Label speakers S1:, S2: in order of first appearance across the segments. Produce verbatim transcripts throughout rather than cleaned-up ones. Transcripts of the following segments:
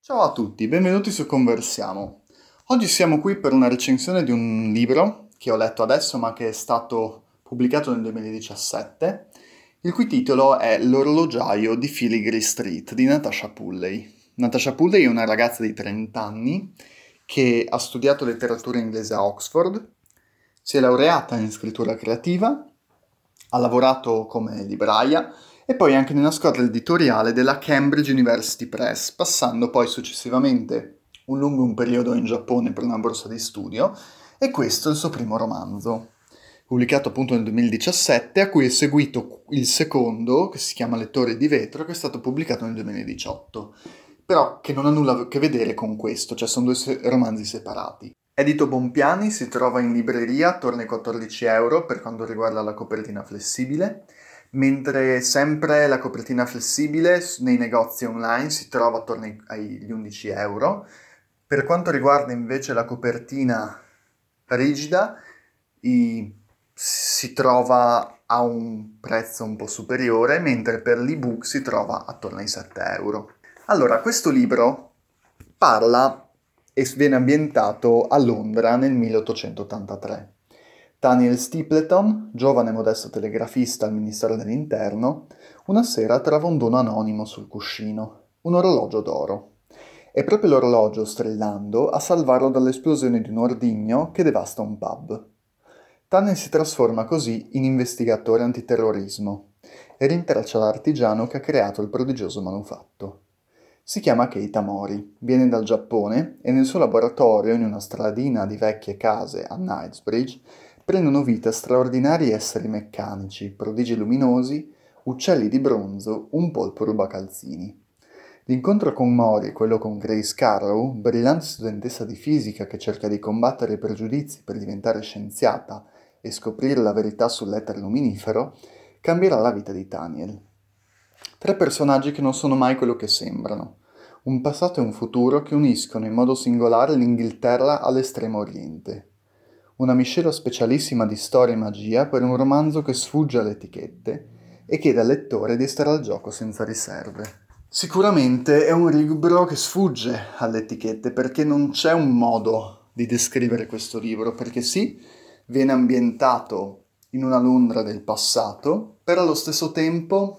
S1: Ciao a tutti, benvenuti su Conversiamo. Oggi siamo qui per una recensione di un libro che ho letto adesso ma che è stato pubblicato nel duemiladiciassette, il cui titolo è L'orologiaio di Filigree Street di Natasha Pulley. Natasha Pulley è una ragazza di trenta anni che ha studiato letteratura inglese a Oxford, si è laureata in scrittura creativa, ha lavorato come libraia e poi anche nella squadra editoriale della Cambridge University Press, passando poi successivamente un lungo un periodo in Giappone per una borsa di studio, e questo è il suo primo romanzo, pubblicato appunto nel duemiladiciassette, a cui è seguito il secondo, che si chiama Lettore di vetro, che è stato pubblicato nel duemiladiciotto, però che non ha nulla a che vedere con questo, cioè sono due se- romanzi separati. Edito Bompiani, si trova in libreria attorno ai quattordici euro per quanto riguarda la copertina flessibile, mentre sempre la copertina flessibile s- nei negozi online si trova attorno ai- agli undici euro. Per quanto riguarda invece la copertina rigida, i- si trova a un prezzo un po' superiore, mentre per l'ebook si trova attorno ai sette euro. Allora, questo libro parla e viene ambientato a Londra nel milleottocentottantatré. Daniel Stapleton, giovane e modesto telegrafista al Ministero dell'Interno, una sera trova un dono anonimo sul cuscino, un orologio d'oro. È proprio l'orologio, strillando, a salvarlo dall'esplosione di un ordigno che devasta un pub. Daniel si trasforma così in investigatore antiterrorismo e rintraccia l'artigiano che ha creato il prodigioso manufatto. Si chiama Keita Mori, viene dal Giappone e nel suo laboratorio, in una stradina di vecchie case a Knightsbridge, prendono vita straordinari esseri meccanici, prodigi luminosi, uccelli di bronzo, un polpo rubacalzini. L'incontro con Mori e quello con Grace Carrow, brillante studentessa di fisica che cerca di combattere i pregiudizi per diventare scienziata e scoprire la verità sull'etere luminifero, cambierà la vita di Daniel. Tre personaggi che non sono mai quello che sembrano. Un passato e un futuro che uniscono in modo singolare l'Inghilterra all'estremo oriente. Una miscela specialissima di storia e magia per un romanzo che sfugge alle etichette e chiede al lettore di stare al gioco senza riserve. Sicuramente è un libro che sfugge alle etichette perché non c'è un modo di descrivere questo libro, perché sì, viene ambientato in una Londra del passato, però allo stesso tempo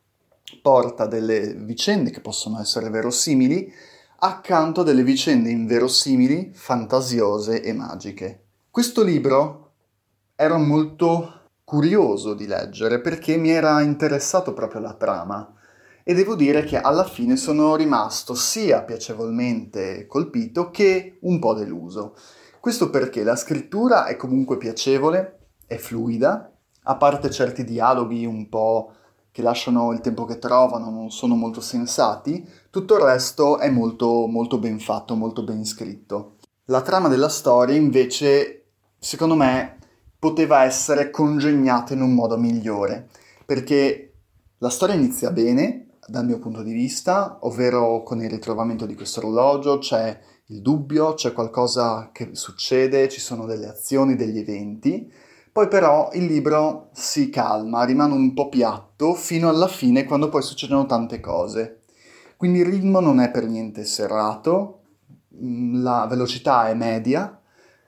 S1: porta delle vicende che possono essere verosimili accanto a delle vicende inverosimili, fantasiose e magiche. Questo libro ero molto curioso di leggere perché mi era interessato proprio la trama e devo dire che alla fine sono rimasto sia piacevolmente colpito che un po' deluso. Questo perché la scrittura è comunque piacevole, è fluida, a parte certi dialoghi un po' che lasciano il tempo che trovano, non sono molto sensati, tutto il resto è molto, molto ben fatto, molto ben scritto. La trama della storia invece, secondo me, poteva essere congegnata in un modo migliore, perché la storia inizia bene, dal mio punto di vista, ovvero con il ritrovamento di questo orologio, c'è il dubbio, c'è qualcosa che succede, ci sono delle azioni, degli eventi. Poi però il libro si calma, rimane un po' piatto fino alla fine quando poi succedono tante cose. Quindi il ritmo non è per niente serrato, mh, la velocità è media,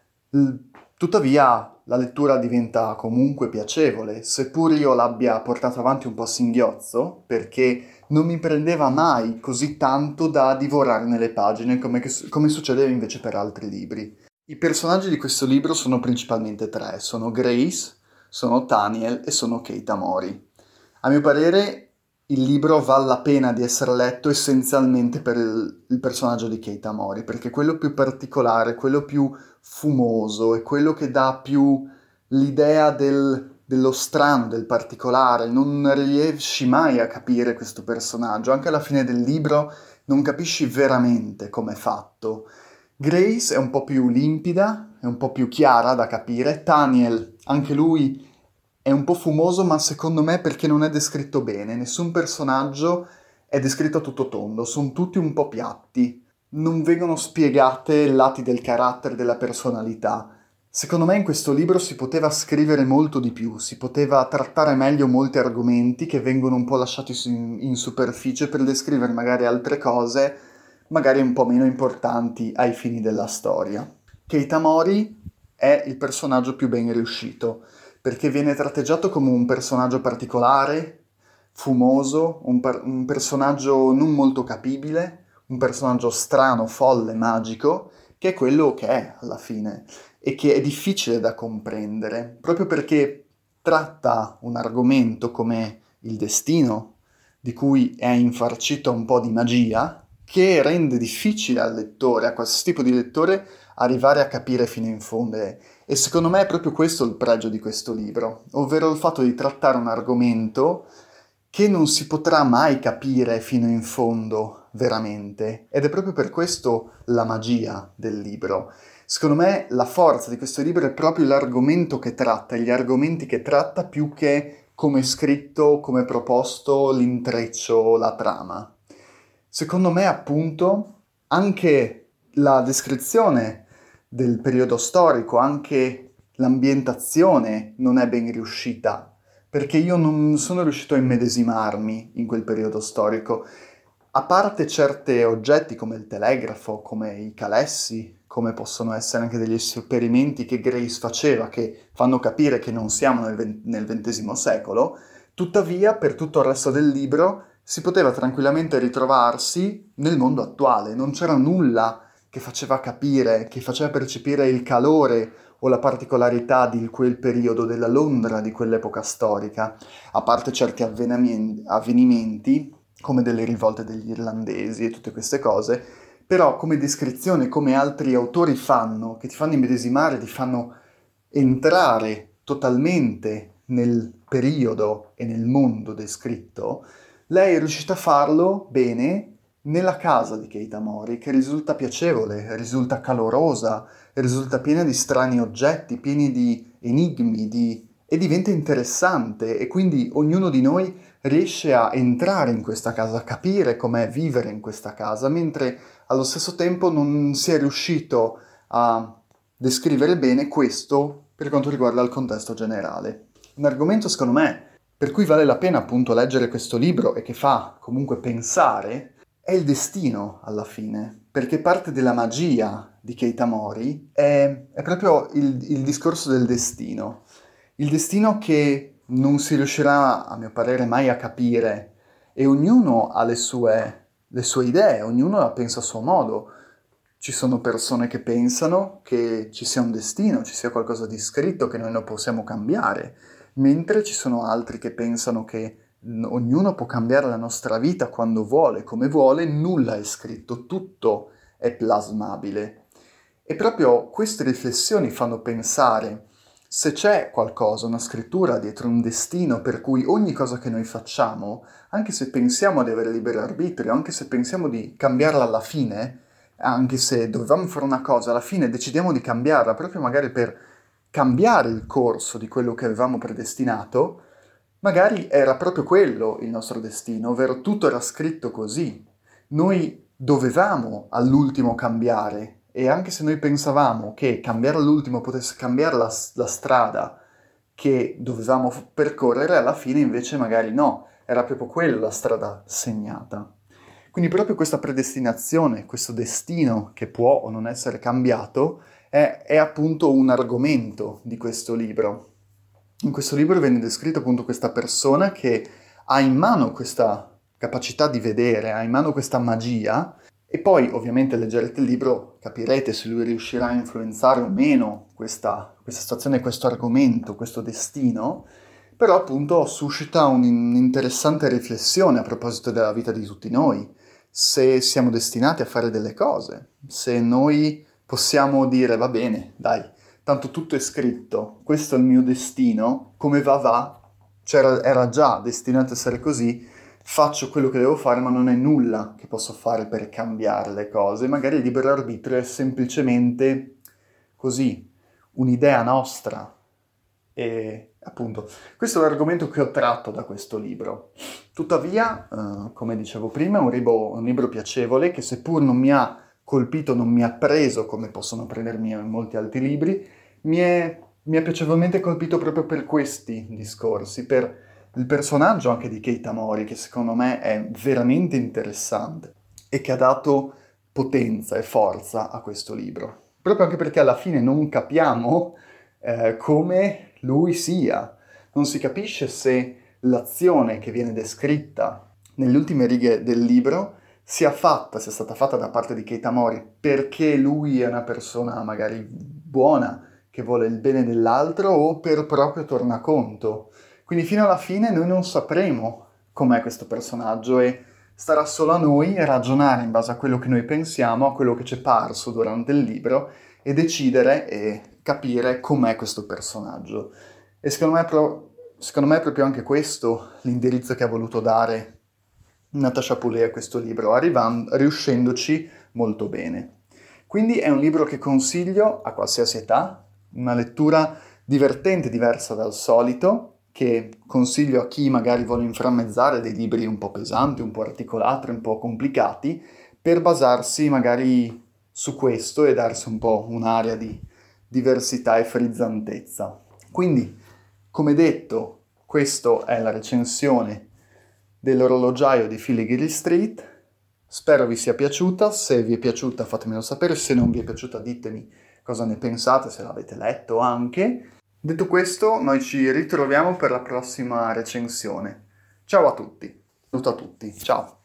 S1: l- tuttavia la lettura diventa comunque piacevole, seppur io l'abbia portato avanti un po' a singhiozzo, perché non mi prendeva mai così tanto da divorare nelle pagine come, che- come succedeva invece per altri libri. I personaggi di questo libro sono principalmente tre, sono Grace, sono Daniel e sono Keita Mori. A mio parere il libro vale la pena di essere letto essenzialmente per il, il personaggio di Keita Mori, perché è quello più particolare, quello più fumoso, è quello che dà più l'idea del, dello strano, del particolare. Non riesci mai a capire questo personaggio, anche alla fine del libro non capisci veramente com'è fatto. Grace è un po' più limpida, è un po' più chiara da capire. Daniel, anche lui è un po' fumoso, ma secondo me perché non è descritto bene. Nessun personaggio è descritto a tutto tondo, sono tutti un po' piatti. Non vengono spiegate lati del carattere, della personalità. Secondo me in questo libro si poteva scrivere molto di più, si poteva trattare meglio molti argomenti che vengono un po' lasciati in, in superficie per descrivere magari altre cose magari un po' meno importanti ai fini della storia. Keita Mori è il personaggio più ben riuscito, perché viene tratteggiato come un personaggio particolare, fumoso, un, per- un personaggio non molto capibile, un personaggio strano, folle, magico, che è quello che è alla fine e che è difficile da comprendere, proprio perché tratta un argomento come il destino, di cui è infarcito un po' di magia, che rende difficile al lettore, a qualsiasi tipo di lettore, arrivare a capire fino in fondo. E secondo me è proprio questo il pregio di questo libro, ovvero il fatto di trattare un argomento che non si potrà mai capire fino in fondo veramente. Ed è proprio per questo la magia del libro. Secondo me la forza di questo libro è proprio l'argomento che tratta, gli argomenti che tratta più che come è scritto, come è proposto, l'intreccio, la trama. Secondo me, appunto, anche la descrizione del periodo storico, anche l'ambientazione non è ben riuscita, perché io non sono riuscito a immedesimarmi in quel periodo storico. A parte certi oggetti come il telegrafo, come i calessi, come possono essere anche degli esperimenti che Grace faceva, che fanno capire che non siamo nel, ven- nel ventesimo secolo, tuttavia per tutto il resto del libro si poteva tranquillamente ritrovarsi nel mondo attuale, non c'era nulla che faceva capire, che faceva percepire il calore o la particolarità di quel periodo della Londra, di quell'epoca storica, a parte certi avvenami- avvenimenti, come delle rivolte degli irlandesi e tutte queste cose, però come descrizione, come altri autori fanno, che ti fanno immedesimare, ti fanno entrare totalmente nel periodo e nel mondo descritto, lei è riuscita a farlo bene nella casa di Keita Mori, che risulta piacevole, risulta calorosa, risulta piena di strani oggetti, pieni di enigmi, di... e diventa interessante e quindi ognuno di noi riesce a entrare in questa casa, a capire com'è vivere in questa casa, mentre allo stesso tempo non si è riuscito a descrivere bene questo per quanto riguarda il contesto generale. Un argomento, secondo me, per cui vale la pena appunto leggere questo libro e che fa comunque pensare, è il destino alla fine, perché parte della magia di Keita Mori è, è proprio il, il discorso del destino. Il destino che non si riuscirà, a mio parere, mai a capire e ognuno ha le sue, le sue idee, ognuno la pensa a suo modo. Ci sono persone che pensano che ci sia un destino, ci sia qualcosa di scritto che noi non possiamo cambiare, mentre ci sono altri che pensano che n- ognuno può cambiare la nostra vita quando vuole, come vuole, nulla è scritto, tutto è plasmabile. E proprio queste riflessioni fanno pensare se c'è qualcosa, una scrittura dietro un destino per cui ogni cosa che noi facciamo, anche se pensiamo di avere libero arbitrio, anche se pensiamo di cambiarla alla fine, anche se dovevamo fare una cosa, alla fine decidiamo di cambiarla proprio magari per cambiare il corso di quello che avevamo predestinato, magari era proprio quello il nostro destino, ovvero tutto era scritto così. Noi dovevamo all'ultimo cambiare e anche se noi pensavamo che cambiare all'ultimo potesse cambiare la, la strada che dovevamo f- percorrere, alla fine invece magari no, era proprio quella la strada segnata. Quindi proprio questa predestinazione, questo destino che può o non essere cambiato, è, è appunto un argomento di questo libro. In questo libro viene descritto appunto questa persona che ha in mano questa capacità di vedere, ha in mano questa magia, e poi ovviamente leggerete il libro, capirete se lui riuscirà a influenzare o meno questa, questa situazione, questo argomento, questo destino, però appunto suscita un'interessante riflessione a proposito della vita di tutti noi, se siamo destinati a fare delle cose, se noi possiamo dire va bene, dai, tanto tutto è scritto, questo è il mio destino, come va va, c'era, era già destinato a essere così, faccio quello che devo fare, ma non è nulla che posso fare per cambiare le cose. Magari il libero arbitrio è semplicemente così, un'idea nostra. E appunto, questo è l'argomento che ho tratto da questo libro. Tuttavia, eh, come dicevo prima, è un libro, un libro piacevole che seppur non mi ha colpito, non mi ha preso come possono prendermi molti altri libri, mi è, mi ha piacevolmente colpito proprio per questi discorsi, per il personaggio anche di Keita Mori, che secondo me è veramente interessante e che ha dato potenza e forza a questo libro, proprio anche perché alla fine non capiamo eh, come lui sia, non si capisce se l'azione che viene descritta nelle ultime righe del libro sia fatta, sia stata fatta da parte di Keita Mori perché lui è una persona magari buona, che vuole il bene dell'altro, o per proprio tornaconto. Quindi fino alla fine noi non sapremo com'è questo personaggio e starà solo a noi ragionare in base a quello che noi pensiamo, a quello che ci è parso durante il libro, e decidere e capire com'è questo personaggio. E secondo me, pro- secondo me è proprio anche questo l'indirizzo che ha voluto dare Natasha Pulley a questo libro, arrivando, riuscendoci molto bene. Quindi è un libro che consiglio a qualsiasi età, una lettura divertente, diversa dal solito, che consiglio a chi magari vuole inframmezzare dei libri un po' pesanti, un po' articolati, un po' complicati, per basarsi magari su questo e darsi un po' un'area di diversità e frizzantezza. Quindi, come detto, questa è la recensione dell'orologiaio di Filigree Street. Spero vi sia piaciuta, se vi è piaciuta fatemelo sapere, se non vi è piaciuta ditemi cosa ne pensate, se l'avete letto anche. Detto questo, noi ci ritroviamo per la prossima recensione. Ciao a tutti, saluto a tutti, ciao!